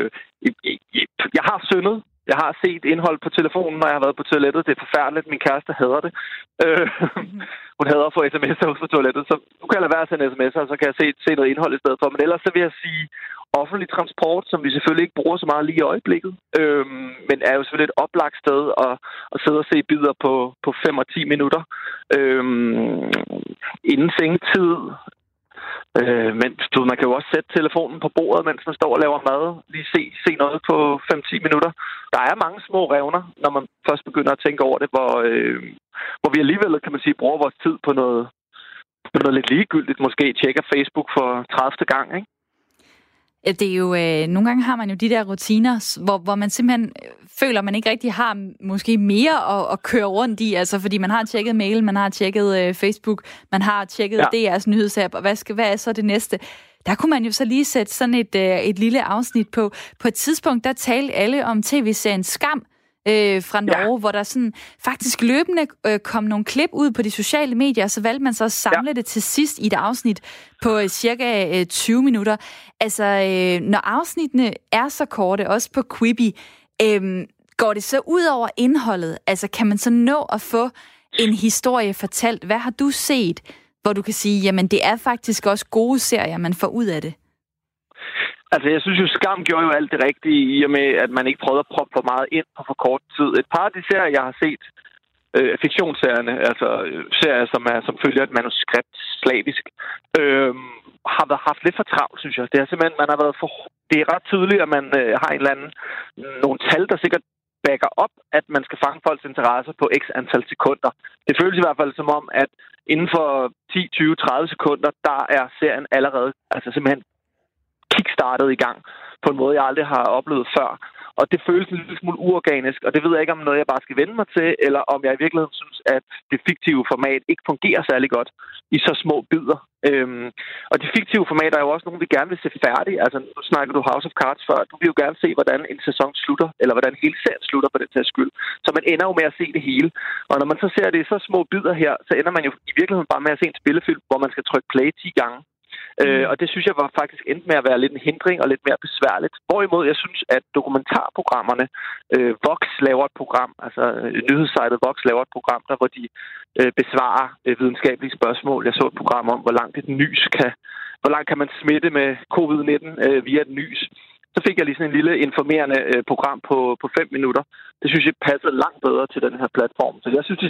Jeg har syndet. Jeg har set indhold på telefonen, når jeg har været på toilettet. Det er forfærdeligt. Min kæreste hader det. Hun hader at få sms'er ud på toilettet. Så nu kan jeg lade være at sende sms'er, og så kan jeg se noget indhold i stedet for. Men ellers så vil jeg sige, offentlig transport, som vi selvfølgelig ikke bruger så meget lige i øjeblikket, men er jo selvfølgelig et oplagt sted at sidde og se bidder på 5 og 10 minutter. Inden sengetid. Men man kan jo også sætte telefonen på bordet, mens man står og laver mad. Lige se noget på 5-10 minutter. Der er mange små revner, når man først begynder at tænke over det, hvor vi alligevel, kan man sige, bruger vores tid på noget lidt ligegyldigt. Måske tjekker Facebook for 30. gang, ikke? Det er jo, nogle gange har man jo de der rutiner, hvor man simpelthen føler, man ikke rigtig har måske mere at køre rundt i, altså fordi man har tjekket mail, man har tjekket Facebook, man har tjekket DR's nyhedsapp, og hvad er så det næste? Der kunne man jo så lige sætte sådan et lille afsnit på. På et tidspunkt, der talte alle om tv-serien Skam, fra Norge, hvor der sådan faktisk løbende kom nogle klip ud på de sociale medier, og så valgte man så at samle det til sidst i et afsnit på cirka 20 minutter. Altså, når afsnittene er så korte, også på Quibi, går det så ud over indholdet? Altså, kan man så nå at få en historie fortalt? Hvad har du set, hvor du kan sige, jamen det er faktisk også gode serier, man får ud af det? Altså, jeg synes jo, Skam gjorde jo alt det rigtige i og med, at man ikke prøvede at proppe for meget ind på for kort tid. Et par af de serier, jeg har set, fiktionsserierne, altså serier, som følger et manuskript slavisk, har haft lidt for travlt, synes jeg. Det er simpelthen, det er ret tydeligt, at man har en eller anden, nogle tal, der sikkert backer op, at man skal fange folks interesse på x antal sekunder. Det føles i hvert fald som om, at inden for 10, 20, 30 sekunder, der er serien allerede, altså simpelthen kickstartet i gang på en måde, jeg aldrig har oplevet før. Og det føles en lille smule uorganisk, og det ved jeg ikke, om noget, jeg bare skal vende mig til, eller om jeg i virkeligheden synes, at det fiktive format ikke fungerer særlig godt i så små bidder. Og de fiktive formater er jo også nogle, vi gerne vil se færdige. Altså, nu snakker du House of Cards før. Du vil jo gerne se, hvordan en sæson slutter, eller hvordan hele serien slutter på den til skyld. Så man ender jo med at se det hele. Og når man så ser det i så små bidder her, så ender man jo i virkeligheden bare med at se en spillefilm, hvor man skal trykke play 10 gange. Og det synes jeg var faktisk endt med at være lidt en hindring og lidt mere besværligt. Hvorimod jeg synes, at dokumentarprogrammerne, Vox laver et program, altså nyhedssejtet Vox laver et program, der hvor de besvarer videnskabelige spørgsmål. Jeg så et program om, hvor langt kan man smitte med covid-19 via et nys. Så fik jeg lige sådan en lille informerende program på 5 minutter. Det synes jeg passede langt bedre til den her platform. Så jeg synes, de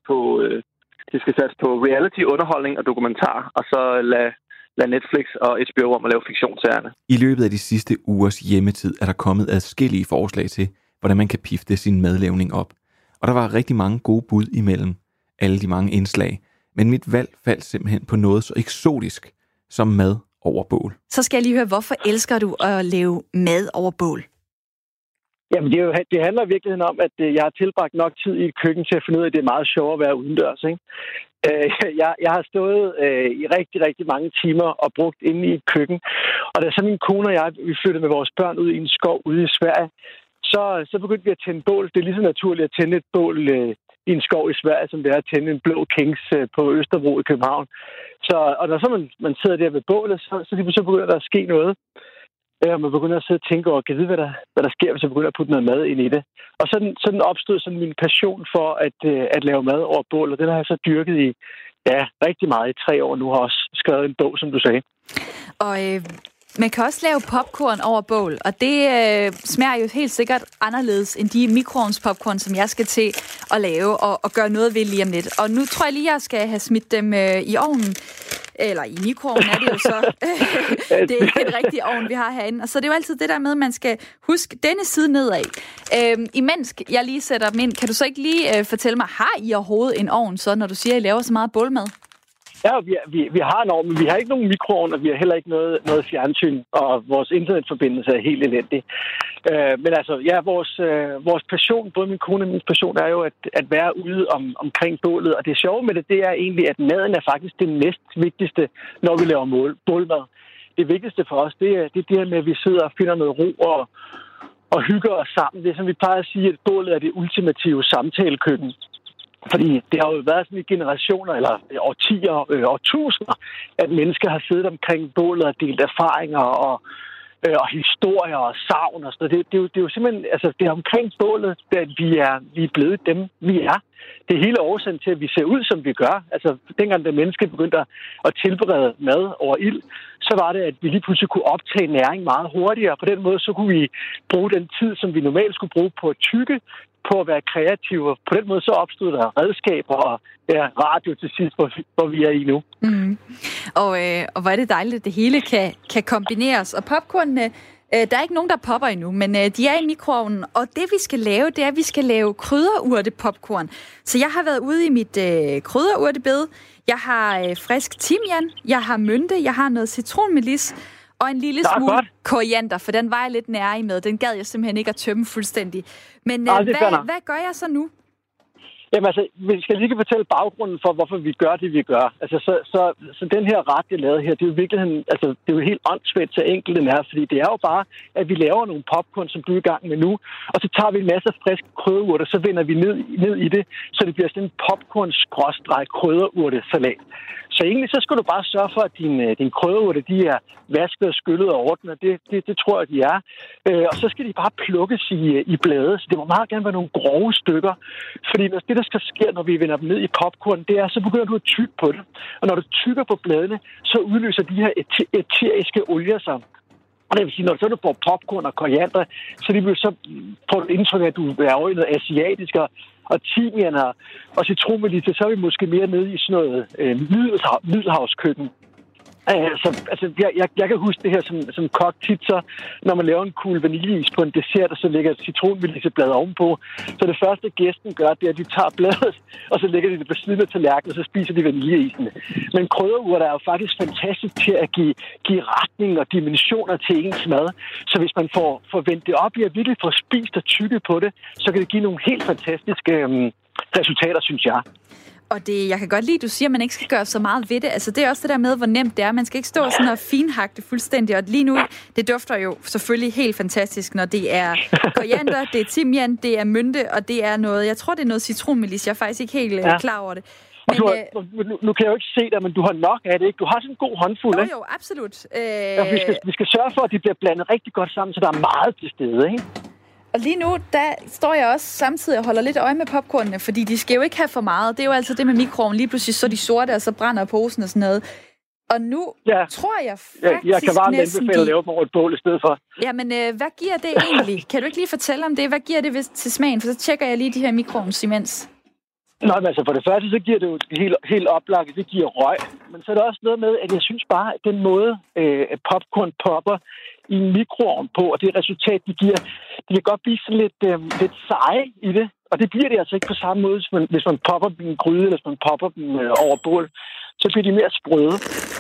skal satse på reality-underholdning og dokumentar, og så lade Netflix og HBO om at lave fiktionsserierne. I løbet af de sidste ugers hjemmetid er der kommet adskillige forslag til, hvordan man kan pifte sin madlavning op. Og der var rigtig mange gode bud imellem alle de mange indslag. Men mit valg faldt simpelthen på noget så eksotisk som mad over bål. Så skal jeg lige høre, hvorfor elsker du at lave mad over bål? Jamen, det handler i virkeligheden om, at jeg har tilbragt nok tid i et køkken til at finde ud af, at det er meget sjovere at være udendørs, ikke? Jeg har stået i rigtig, rigtig mange timer og brugt inde i et køkken. Og da så min kone og jeg, vi flyttede med vores børn ud i en skov ude i Sverige, så begyndte vi at tænde bål. Det er lige så naturligt at tænde et bål i en skov i Sverige, som det er at tænde en blå Kings på Østerbro i København. Og når så man sidder der ved bålet, så begynder der at ske noget. Og man begynder at sidde og tænke over, kan vide, hvad der sker, hvis jeg begynder at putte noget mad ind i det. Og sådan opstod sådan min passion for at lave mad over bål, og den har jeg så dyrket i rigtig meget i 3 år nu, har også skrevet en bog, som du sagde. Og man kan også lave popcorn over bål, og det smager jo helt sikkert anderledes end de mikroovnspopcorn, som jeg skal til at lave og gøre noget ved lige om lidt. Og nu tror jeg lige, jeg skal have smidt dem i ovnen. Eller i mikroovnen er det jo så. Det er ikke en rigtig ovn, vi har herinde. Og så det er jo altid det der med, at man skal huske denne side nedad. Imens jeg lige sætter dem ind, kan du så ikke lige fortælle mig, har I overhovedet en ovn, så når du siger, at I laver så meget bålmad? Ja, vi har en ovn, men vi har ikke nogen mikroovn, og vi har heller ikke noget fjernsyn, og vores internetforbindelse er helt elendig. Men altså, ja, vores passion, både min kone og min passion, er jo at være ude omkring bålet. Og det sjove med det er egentlig, at maden er faktisk det næst vigtigste, når vi laver bålmad. Det vigtigste for os, det er det her med, at vi sidder og finder noget ro og hygger os sammen. Det er som vi plejer at sige, at bålet er det ultimative samtalekøkken. Fordi det har jo været sådan i generationer, eller årtier, årtusinder, at mennesker har siddet omkring bålet og delt erfaringer og og historier og savn og sådan noget. Det er jo simpelthen, altså det er omkring bålet, at vi er blevet dem, vi er. Det er hele årsagen til, at vi ser ud, som vi gør. Altså, dengang det menneske begyndte at tilberede mad over ild, så var det, at vi lige pludselig kunne optage næring meget hurtigere. På den måde, så kunne vi bruge den tid, som vi normalt skulle bruge på at tygge, på at være kreative. Og på den måde, så opstod der redskaber og radio til sidst, hvor vi er i nu. Mm. Og hvor er det dejligt, at det hele kan kombineres. Og popcornene, der er ikke nogen, der popper endnu, men de er i mikroovnen, og det vi skal lave, det er, at vi skal lave krydderurtepopcorn. Så jeg har været ude i mit krydderurtebed. Jeg har frisk timian, jeg har mynte, jeg har noget citronmelis og en lille smule koriander, for den var jeg lidt nærig med. Den gad jeg simpelthen ikke at tømme fuldstændig. Men hvad gør jeg så nu? Jamen altså, vi skal lige fortælle baggrunden for, hvorfor vi gør det, vi gør. Altså, så den her ret, jeg lavede her, det er jo virkeligheden, altså, det er jo helt åndssvagt, så enkelt den er, fordi det er jo bare, at vi laver nogle popcorn, som du er i gang med nu, og så tager vi en masse friske krydderurter, så vender vi ned i det, så det bliver sådan en popcorn-krydderurtesalat. Så egentlig, så skal du bare sørge for, at dine krydderurter, de er vasket og skyllet og ordnet, det tror jeg, de er. Og så skal de bare plukkes i blade, så det må meget gerne være nogle grove stykker, fordi det, der skal ske, når vi vender dem ned i popcorn, det er, så begynder du at tygge på det. Og når du tygger på bladene, så udløser de her eteriske olier sig. Og det vil sige, når du så får popcorn og koriander, så får du indtryk af, at du er over i noget asiatisk, og timian og citronmelisse, så er vi måske mere nede i sådan noget middelhavskøkken. Jeg kan huske det her som kok tit, så når man laver en kugle vaniljeis på en dessert, og så lægger et citronmelisseblad ovenpå, så det første gæsten gør, det er, at de tager bladet, og så lægger de det på siden af tallerkenen, og så spiser de vaniljeisen. Men krydderurter er jo faktisk fantastisk til at give retning og dimensioner til ens mad. Så hvis man får vendt det op i at virkelig få spist og tykket på det, så kan det give nogle helt fantastiske resultater, synes jeg. Og jeg kan godt lide, at du siger, at man ikke skal gøre så meget ved det. Altså, det er også det der med, hvor nemt det er. Man skal ikke stå sådan og finhakke det fuldstændig. Og lige nu, det dufter jo selvfølgelig helt fantastisk, når det er koriander, det er timian, det er mynte, og det er noget, jeg tror, det er noget citronmelis. Jeg er faktisk ikke helt klar over det. Men, nu kan jeg jo ikke se dig, men du har nok af det, ikke? Du har sådan en god håndfuld, ikke? Jo, absolut. Vi skal sørge for, at de bliver blandet rigtig godt sammen, så der er meget til stede, ikke? Og lige nu, der står jeg også samtidig og holder lidt øje med popcornene, fordi de skal jo ikke have for meget. Det er jo altså det med mikroovnen. Lige pludselig så er de sorte, og så brænder posen og sådan noget. Og nu tror jeg faktisk jeg kan varmt anbefale at lave dem over et bål i stedet for. Jamen, hvad giver det egentlig? Kan du ikke lige fortælle om det? Hvad giver det til smagen? For så tjekker jeg lige de her mikroovns imens. Nå, men altså for det første, så giver det jo helt oplagt, det giver røg. Men så er der også noget med, at jeg synes bare, at den måde, popcorn popper i en mikroovn på, og det resultat, de giver, det kan godt blive sådan lidt seje i det. Og det bliver det altså ikke på samme måde, hvis man popper dem i en gryde, eller hvis man popper dem over bål. Så bliver de mere sprøde.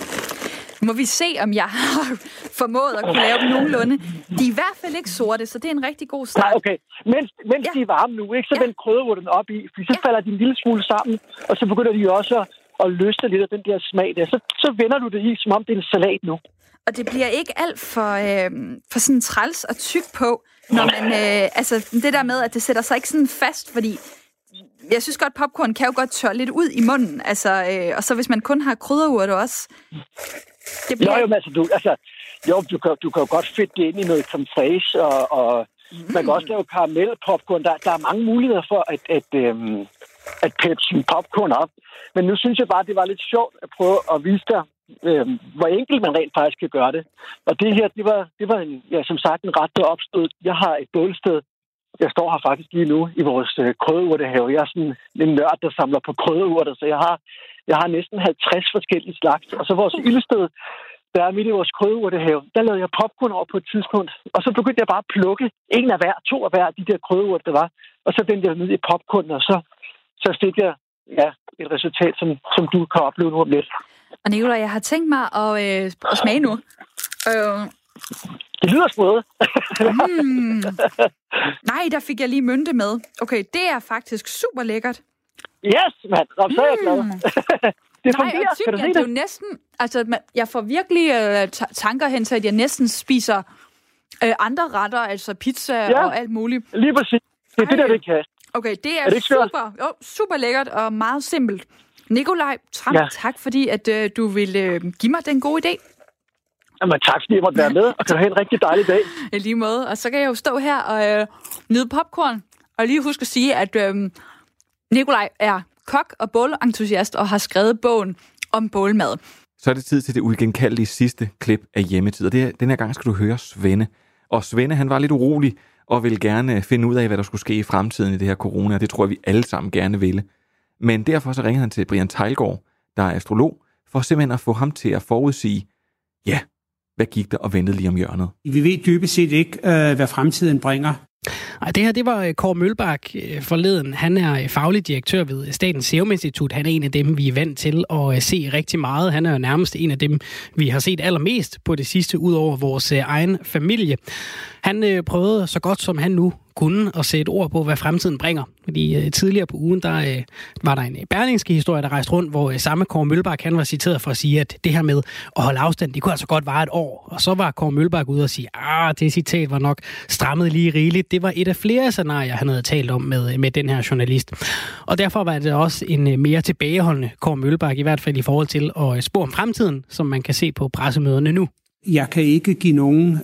Må vi se, om jeg har formået at kunne lave dem nogenlunde. De er i hvert fald ikke sorte, så det er en rigtig god start. Nej, okay. Mens de er varme nu, ikke, så vend krydderurten op i, fordi så falder de en lille smule sammen, og så begynder de også at løsne lidt af den der smag der. Så vender du det i, som om det er en salat nu. Og det bliver ikke alt for sådan træls og tyk på, når man, altså det der med, at det sætter sig ikke sådan fast, fordi jeg synes godt, popcorn kan jo godt tørre lidt ud i munden, altså, og så hvis man kun har krydderurter også. Det bliver... Du kan jo godt fedte det ind i noget creme fraiche, og man kan også lave karamellpopcorn. Der er mange muligheder for at peppe sin popcorn op. Men nu synes jeg bare, det var lidt sjovt at prøve at vise dig, hvor enkelt man rent faktisk kan gøre det. Og det her, det var som sagt en ret, der opstod. Jeg har et bålsted. Jeg står her faktisk lige nu i vores krydderurtehave. Jeg er sådan en nørd, der samler på krydderurter, så jeg har næsten 50 forskellige slags. Og så vores ildsted, der er midt i vores krydderurtehave, der lavede jeg popcorn over på et tidspunkt. Og så begyndte jeg bare at plukke en af hver, 2 af hver de der krydderurter, der var. Og så vendte jeg ned i popcorn, og så fik jeg et resultat, som du kan opleve nu om lidt. Og Nicolaj, jeg har tænkt mig at smage nu. Det lyder sprøde. Nej, der fik jeg lige mynte med. Okay, det er faktisk super lækkert. Yes, mand. Så er jeg glad. Det fungerer. Kan du se det? Det er jo næsten... Altså, jeg får virkelig tanker hen til, at jeg næsten spiser andre retter, altså pizza og alt muligt. Lige præcis. Det er det, der det kan. Okay, det er super lækkert og meget simpelt. Nicolaj, tak fordi at du ville give mig den gode idé. Jamen, tak fordi jeg måtte være med, og kan have en rigtig dejlig dag. I lige måde. Og så kan jeg jo stå her og nyde popcorn, og lige huske at sige, at Nikolaj er kok og bålentusiast og har skrevet bogen om bålmad. Så er det tid til det uigenkaldelige sidste klip af Hjemmetid, og den her gang skal du høre Svende. Og Svende, han var lidt urolig og ville gerne finde ud af, hvad der skulle ske i fremtiden i det her corona, og det tror jeg, vi alle sammen gerne ville. Men derfor så ringede han til Brian Teilgaard, der er astrolog, for simpelthen at få ham til at forudsige, ja, hvad gik der og ventede lige om hjørnet. Vi ved dybest set ikke, hvad fremtiden bringer. Ej, det her, det var Kåre Mølbak forleden. Han er faglig direktør ved Statens Serum Institut. Han er en af dem, vi er vant til at se rigtig meget. Han er jo nærmest en af dem, vi har set allermest på det sidste, ud over vores egen familie. Han prøvede så godt som han nu kunne at sætte ord på, hvad fremtiden bringer. Fordi tidligere på ugen, der var der en Berlingske historie, der rejste rundt, hvor samme Kåre Mølbak, han var citeret for at sige, at det her med at holde afstand, det kunne altså godt vare et år. Og så var Kåre Mølbak ude og sige, det citat var nok strammet lige rigeligt. Det var et af flere scenarier, han havde talt om med den her journalist. Og derfor var det også en mere tilbageholdende Kåre Mølbak, i hvert fald i forhold til at spå om fremtiden, som man kan se på pressemøderne nu. Jeg kan ikke give nogen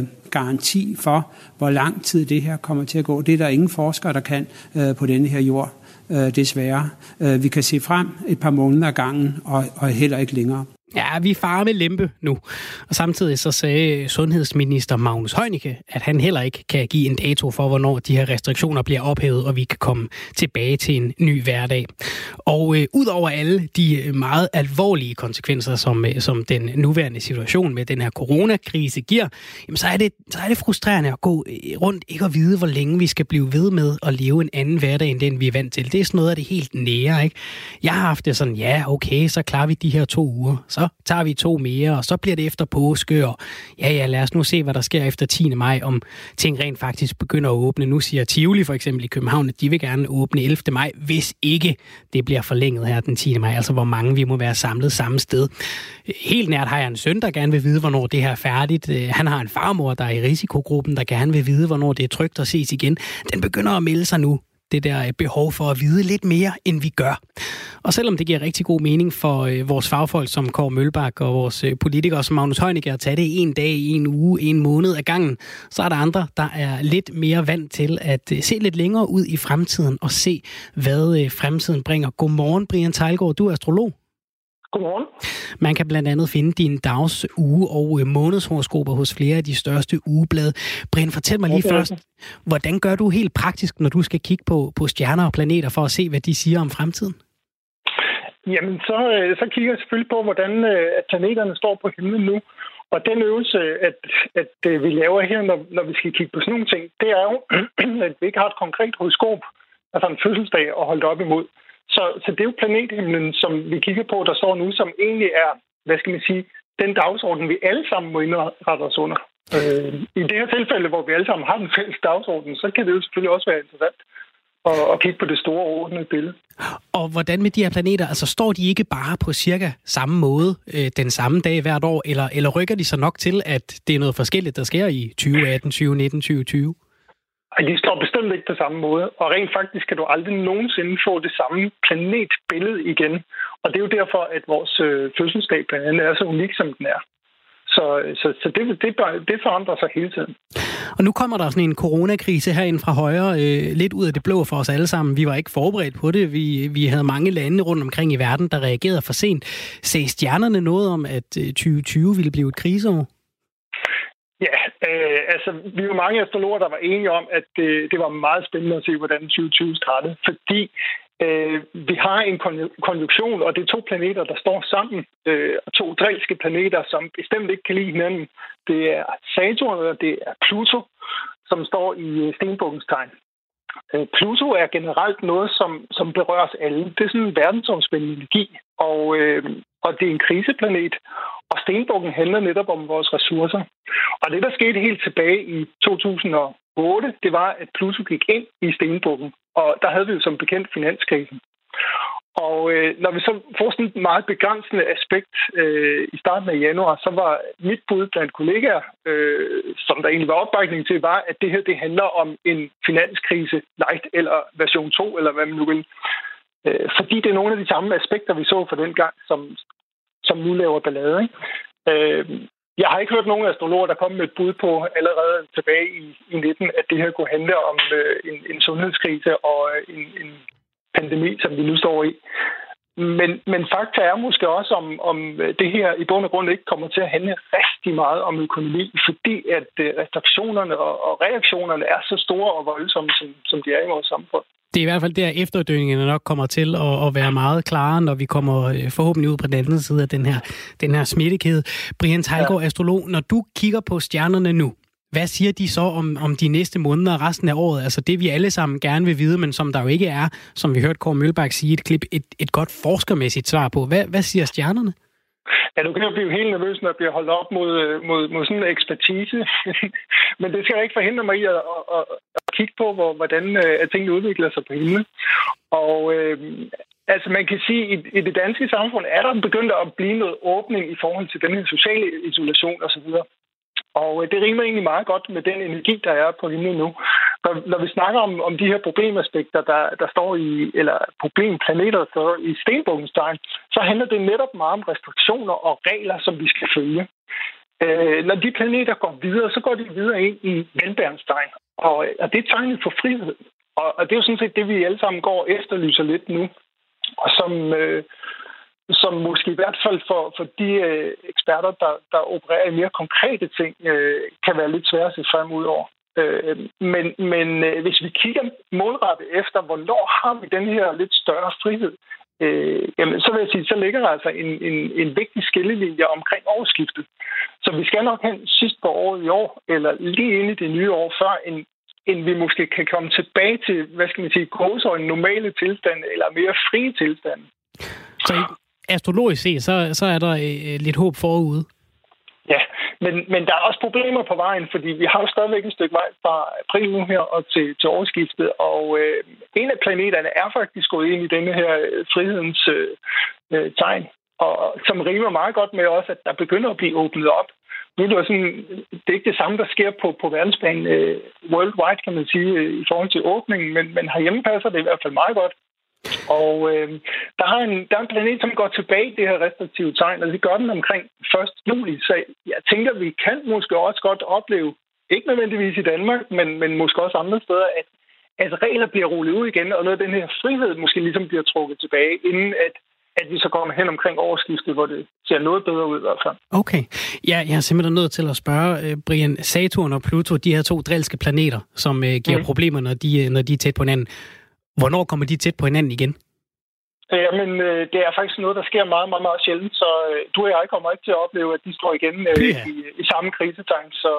garanti for, hvor lang tid det her kommer til at gå. Det er der ingen forskere, der kan på denne her jord, desværre. Vi kan se frem et par måneder ad gangen, og heller ikke længere. Ja, vi farer med lempe nu. Og samtidig så sagde sundhedsminister Magnus Heunicke, at han heller ikke kan give en dato for, hvornår de her restriktioner bliver ophævet, og vi kan komme tilbage til en ny hverdag. Og ud over alle de meget alvorlige konsekvenser, som den nuværende situation med den her coronakrise giver, jamen så er det frustrerende at gå rundt, ikke at vide, hvor længe vi skal blive ved med at leve en anden hverdag, end den vi er vant til. Det er sådan noget af det helt nære, ikke? Jeg har haft det sådan, ja, okay, så klarer vi de her 2 uger. Så tager vi 2 mere, og så bliver det efter påske, og ja, lad os nu se, hvad der sker efter 10. maj, om ting rent faktisk begynder at åbne. Nu siger Tivoli for eksempel i København, at de vil gerne åbne 11. maj, hvis ikke det bliver forlænget her den 10. maj, altså hvor mange vi må være samlet samme sted. Helt nært har jeg en søn, der gerne vil vide, hvornår det her er færdigt. Han har en farmor, der er i risikogruppen, der gerne vil vide, hvornår det er trygt at ses igen. Den begynder at melde sig nu. Det der behov for at vide lidt mere, end vi gør. Og selvom det giver rigtig god mening for vores fagfolk som Kåre Mølbak og vores politikere som Magnus Heunicke at tage det 1 dag, 1 uge, 1 måned ad gangen, så er der andre, der er lidt mere vant til at se lidt længere ud i fremtiden og se, hvad fremtiden bringer. Godmorgen, Brian Teilgaard. Du er astrolog. Godmorgen. Man kan blandt andet finde dine dags-, uge- og månedshoroskoper hos flere af de største ugeblade. Brian, fortæl mig lige først, hvordan gør du helt praktisk, når du skal kigge på stjerner og planeter for at se, hvad de siger om fremtiden? Jamen, så kigger jeg selvfølgelig på, hvordan planeterne står på himlen nu. Og den øvelse, at vi laver her, når vi skal kigge på sådan nogle ting, det er jo, at vi ikke har et konkret horoskop, altså en fødselsdag at holde op imod. Så det er jo planethimlen, som vi kigger på, der står nu, som egentlig er, hvad skal man sige, den dagsorden, vi alle sammen må indrette os under. I det her tilfælde, hvor vi alle sammen har den fælles dagsorden, så kan det jo selvfølgelig også være interessant at kigge på det store ordnede billede. Og hvordan med de her planeter? Altså står de ikke bare på cirka samme måde den samme dag hvert år, eller rykker de så nok til, at det er noget forskelligt, der sker i 2018, 2019, 2020? De står bestemt ikke på samme måde, og rent faktisk kan du aldrig nogensinde få det samme planetbillede igen. Og det er jo derfor, at vores fødselsdag blandt andet er så unik, som den er. Så det forandrer sig hele tiden. Og nu kommer der sådan en coronakrise herinde fra højre, lidt ud af det blå for os alle sammen. Vi var ikke forberedt på det. Vi havde mange lande rundt omkring i verden, der reagerede for sent. Sagde stjernerne noget om, at 2020 ville blive et kriseår? Ja, altså vi var mange astrologer, der var enige om, at det var meget spændende at se, hvordan 2020 startede, fordi vi har en konjunktion, og det er 2 planeter, der står sammen, 2 drilske planeter, som bestemt ikke kan lide hinanden. Det er Saturn, og det er Pluto, som står i stenbukkens tegn. Pluto er generelt noget, som berører os alle. Det er sådan en verdensomspændende energi, og det er en kriseplanet. Og stenbukken handler netop om vores ressourcer. Og det, der skete helt tilbage i 2008, det var, at Pluto gik ind i stenbukken. Og der havde vi jo som bekendt finanskrisen. Og når vi så får sådan et meget begrænsende aspekt i starten af januar, så var mit bud blandt kollegaer, som der egentlig var opbakning til, var, at det her det handler om en finanskrise light eller version 2, eller hvad man nu vil. Fordi det er nogle af de samme aspekter, vi så for den gang, som nu laver ballade. Ikke? Jeg har ikke hørt nogen astrologer, der kom med et bud på allerede tilbage i 19, at det her kunne handle om en sundhedskrise og en pandemi, som vi nu står i. Men fakta er måske også, om det her i bund og grund ikke kommer til at handle rigtig meget om økonomi, fordi at restriktionerne og reaktionerne er så store og voldsomme, som de er i vores samfund. Det er i hvert fald der, efterdønningerne nok kommer til at være meget klare, når vi kommer forhåbentlig ud på den anden side af den her smittekæde. Brian Theilgaard, astrolog, når du kigger på stjernerne nu, hvad siger de så om de næste måneder og resten af året? Altså det, vi alle sammen gerne vil vide, men som der jo ikke er, som vi hørte Kåre Mølbak sige i et klip, et godt forskermæssigt svar på. Hvad siger stjernerne? Ja, du kan jo blive helt nervøs, når jeg bliver holdt op mod sådan en ekspertise. Men det skal ikke forhindre mig i at kigge på, hvordan tingene udvikler sig på himlen. Og altså man kan sige, at i det danske samfund er der begyndt at blive noget åbning i forhold til den her sociale isolation osv. Og det rimer egentlig meget godt med den energi, der er på himlen nu. Når vi snakker om de her problemaspekter, der står i, eller problemplaneter, der står i stenbukkens tegn, så handler det netop meget om restriktioner og regler, som vi skal følge. Når de planeter går videre, så går de videre ind i vandbærens tegn. Og det er tegnet for frihed. Og det er jo sådan set det, vi alle sammen går og efterlyser lidt nu. Og som måske i hvert fald for de eksperter, der opererer i mere konkrete ting, kan være lidt svært at se frem ud over. Men hvis vi kigger målrettet efter, hvornår har vi den her lidt større frihed, jamen, så vil jeg sige, så ligger der altså en vigtig skillelinje omkring årsskiftet. Så vi skal nok hen sidst på året i år, eller lige ind i det nye år, før end vi måske kan komme tilbage til, hvad skal man sige, gåseøjne normale tilstande, eller mere frie tilstande. Så astrologisk set, så er der lidt håb forude. Ja, men der er også problemer på vejen, fordi vi har jo stadigvæk et stykke vej fra april nu her og til årsskiftet, og en af planeterne er faktisk gået ind i denne her frihedens tegn, og som rimer meget godt med også, at der begynder at blive åbnet op. Nu er det jo sådan, det er ikke det samme, der sker på verdensplan worldwide, kan man sige, i forhold til åbningen, men herhjemme passer det i hvert fald meget godt. Og der er en planet, som går tilbage i det her restriktive tegn, og det gør den omkring 1. juli. Så jeg tænker, vi kan måske også godt opleve, ikke nødvendigvis i Danmark, men måske også andre steder, at regler bliver rullet ud igen, og noget af den her frihed måske ligesom bliver trukket tilbage, inden at vi så kommer hen omkring årsskiftet, hvor det ser noget bedre ud i hvert fald. Okay. Ja, jeg er simpelthen nødt til at spørge, Brian, Saturn og Pluto, de her to drilske planeter, som giver problemer, når de er tæt på hinanden. Hvornår kommer de tæt på hinanden igen? Jamen, det er faktisk noget, der sker meget, meget, meget sjældent, så du og jeg kommer ikke til at opleve, at de står igen i samme krisetegn. Så,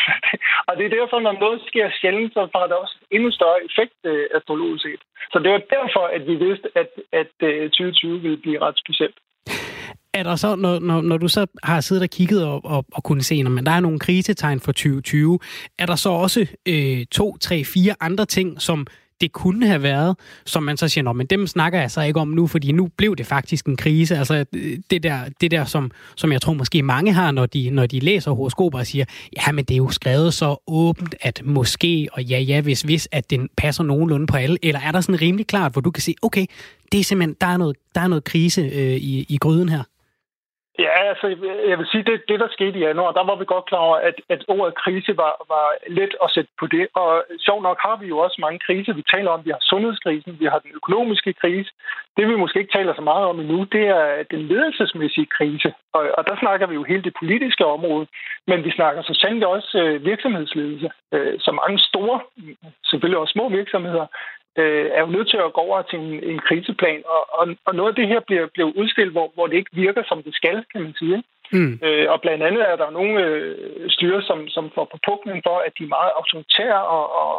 og det er derfor, når noget sker sjældent, så har det også endnu større effekt astrologisk set. Så det var derfor, at vi vidste, at 2020 ville blive ret specielt. Er der så, når du så har siddet og kigget og kunne se, når der er nogle krisetegn for 2020, er der så også 2, 3, 4 andre ting, som det kunne have været, som man så siger, men dem snakker jeg så ikke om nu, fordi nu blev det faktisk en krise. Altså det der som jeg tror måske mange har, når de læser horoskoper og siger, ja, men det er jo skrevet så åbent, at måske, og ja, hvis at den passer nogenlunde på alle, eller er der sådan rimelig klart, hvor du kan sige, okay, det er simpelthen, der er noget krise i gryden her? Ja, altså, jeg vil sige, det der skete i januar, der var vi godt klar over, at ordet krise var let at sætte på det. Og sjovt nok har vi jo også mange kriser. Vi taler om, vi har sundhedskrisen, vi har den økonomiske krise. Det vi måske ikke taler så meget om endnu, det er den ledelsesmæssige krise. Og der snakker vi jo hele det politiske område. Men vi snakker så sandelig også virksomhedsledelse. Så mange store, selvfølgelig også små virksomheder, er jo nødt til at gå over til en kriseplan, og noget af det her bliver udstillet, hvor det ikke virker, som det skal, kan man sige. Og blandt andet er der nogle styrer, som får på puklen for, at de er meget autoritære, og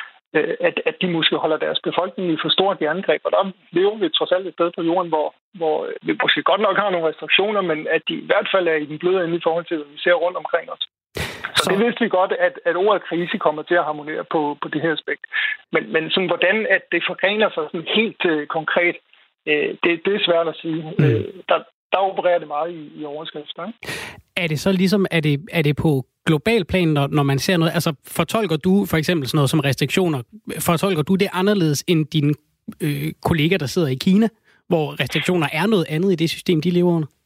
at de måske holder deres befolkning i for stort jerngreb. Og der lever vi trods alt et sted på jorden, hvor vi måske godt nok har nogle restriktioner, men at de i hvert fald er i den bløde ende i forhold til, hvad vi ser rundt omkring os. Så det vidste vi godt, at ordet krise kommer til at harmonere på det her aspekt. Men sådan, hvordan at det forgrener sig sådan helt konkret, det er svært at sige. Der opererer det meget i overskrifter. Er det så ligesom, er det på global plan, når man ser noget? Altså fortolker du for eksempel sådan noget som restriktioner, fortolker du det anderledes end dine kolleger, der sidder i Kina, hvor restriktioner er noget andet i det system, de lever under?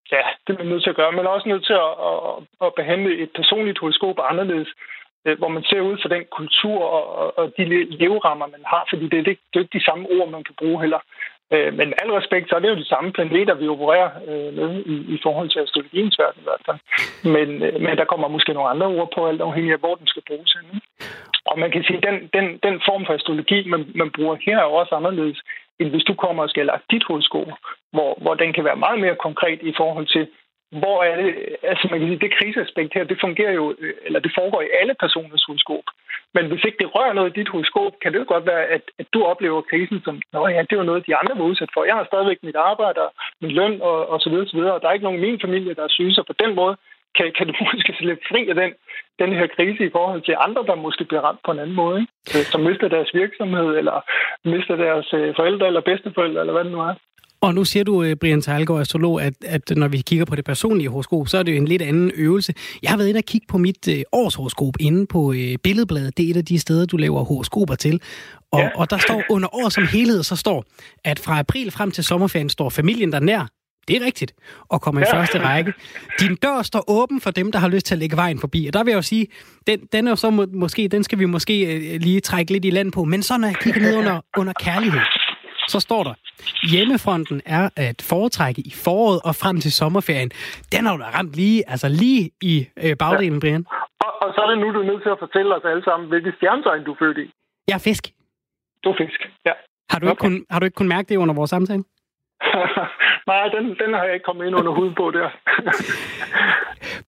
Ja, det er man nødt til at gøre. Man er også nødt til at behandle et personligt horoskop anderledes, hvor man ser ud for den kultur og de leverammer, man har, fordi det er ikke de samme ord, man kan bruge heller. Men med al respekt, så er det jo de samme planeter, vi opererer med i forhold til astrologiens verden i hvert fald. Men der kommer måske nogle andre ord på, alt afhængig af, hvor den skal bruges henne. Og man kan sige, at den form for astrologi, man bruger her, er også anderledes, end hvis du kommer og skal lage dit horoskop, hvor den kan være meget mere konkret i forhold til, hvor er det, altså man kan sige, det kriseaspekt her, det fungerer jo, eller det foregår i alle personers horoskop. Men hvis ikke det rører noget i dit horoskop, kan det jo godt være, at du oplever krisen som, det var noget, de andre var udsat for. Jeg har stadigvæk mit arbejde og min løn og så videre, så videre. Og der er ikke nogen i min familie, der er syge, så på den måde kan du måske slippe fri af den her krise i forhold til andre, der måske bliver ramt på en anden måde, ikke? Som mister deres virksomhed, eller mister deres forældre eller bedsteforældre, eller hvad det nu er. Og nu siger du, Brian Teilgaard, astrolog, at når vi kigger på det personlige horoskop, så er det jo en lidt anden øvelse. Jeg har været inde og kigge på mit årshoroskop inde på Billedbladet. Det er et af de steder, du laver horoskoper til. Og der står under år som helhed, så står, at fra april frem til sommerferien står familien der nær. Det er rigtigt. Og kommer i første række. Din dør står åben for dem, der har lyst til at lægge vejen forbi. Og der vil jeg jo sige, den er jo så måske, den skal vi måske lige trække lidt i land på. Men så når jeg kigger ned under kærlighed, så står der, hjemmefronten er at foretrække i foråret og frem til sommerferien. Den har du da ramt lige i bagdelen, Brian. Og så er det nu, du er nødt til at fortælle os alle sammen, hvilket stjernetegn du er født i. Jeg er fisk. Du er fisk, ja. Har du ikke kunnet mærke det under vores samtale? Nej, den har jeg ikke kommet ind under huden på der.